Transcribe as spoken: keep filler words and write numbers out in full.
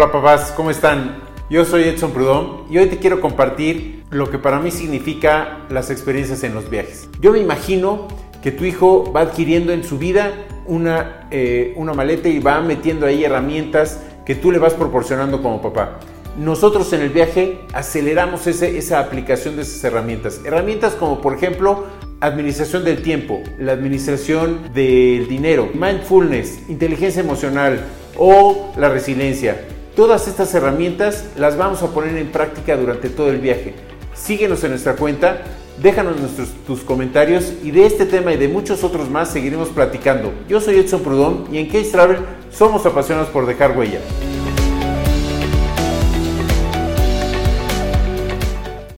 Hola papás, ¿cómo están? Yo soy Edson Prudhomme y hoy te quiero compartir lo que para mí significa las experiencias en los viajes. Yo me imagino que tu hijo va adquiriendo en su vida una, eh, una maleta y va metiendo ahí herramientas que tú le vas proporcionando como papá. Nosotros en el viaje aceleramos ese, esa aplicación de esas herramientas. Herramientas como por ejemplo administración del tiempo, la administración del dinero, mindfulness, inteligencia emocional o la resiliencia. Todas estas herramientas las vamos a poner en práctica durante todo el viaje. Síguenos en nuestra cuenta, déjanos nuestros, tus comentarios y de este tema y de muchos otros más seguiremos platicando. Yo soy Edson Prudhomme y en Case Travel somos apasionados por dejar huella.